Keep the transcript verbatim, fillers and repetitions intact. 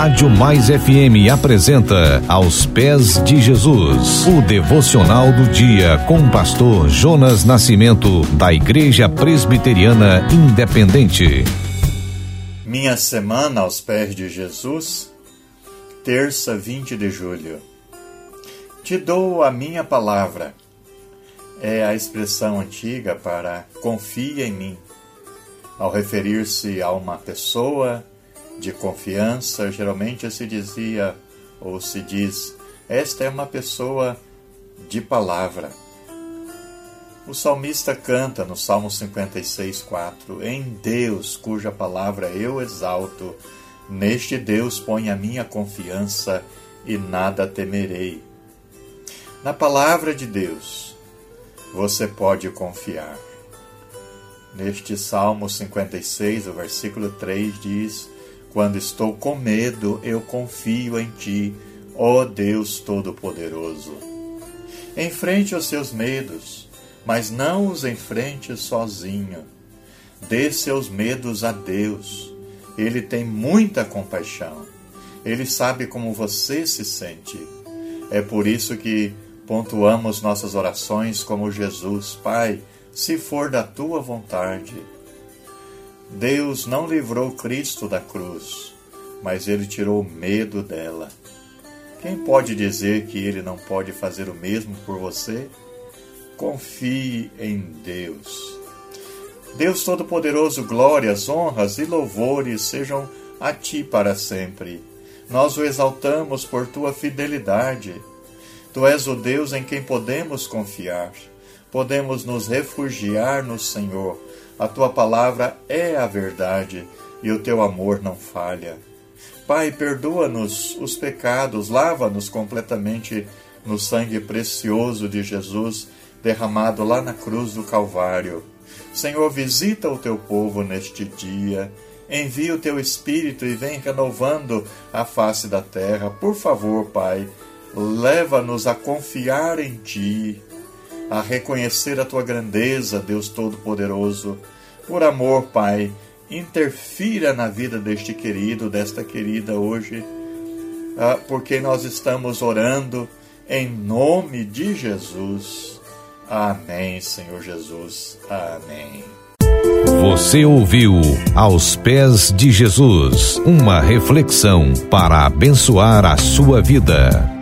Rádio Mais F M apresenta Aos Pés de Jesus, o devocional do dia com o pastor Jonas Nascimento, da Igreja Presbiteriana Independente. Minha semana aos pés de Jesus, terça, vinte de julho. Te dou a minha palavra. É a expressão antiga para confia em mim. Ao referir-se a uma pessoa de confiança, geralmente se dizia ou se diz, esta é uma pessoa de palavra. O salmista canta no Salmo cinquenta e seis, quatro, em Deus, cuja palavra eu exalto, neste Deus ponho a minha confiança e nada temerei. Na palavra de Deus, você pode confiar. Neste Salmo cinquenta e seis, o versículo três diz, quando estou com medo, eu confio em ti, ó Deus Todo-Poderoso. Enfrente os seus medos, mas não os enfrente sozinho. Dê seus medos a Deus. Ele tem muita compaixão. Ele sabe como você se sente. É por isso que pontuamos nossas orações como Jesus, Pai, se for da tua vontade. Deus não livrou Cristo da cruz, mas Ele tirou o medo dela. Quem pode dizer que Ele não pode fazer o mesmo por você? Confie em Deus. Deus Todo-Poderoso, glórias, honras e louvores sejam a Ti para sempre. Nós o exaltamos por Tua fidelidade. Tu és o Deus em quem podemos confiar. Podemos nos refugiar no Senhor. A Tua palavra é a verdade e o Teu amor não falha. Pai, perdoa-nos os pecados, lava-nos completamente no sangue precioso de Jesus derramado lá na cruz do Calvário. Senhor, visita o Teu povo neste dia. Envia o Teu Espírito e vem renovando a face da terra. Por favor, Pai, leva-nos a confiar em Ti, a reconhecer a Tua grandeza, Deus Todo-Poderoso. Por amor, Pai, interfira na vida deste querido, desta querida hoje, porque nós estamos orando em nome de Jesus. Amém, Senhor Jesus. Amém. Você ouviu Aos Pés de Jesus, uma reflexão para abençoar a sua vida.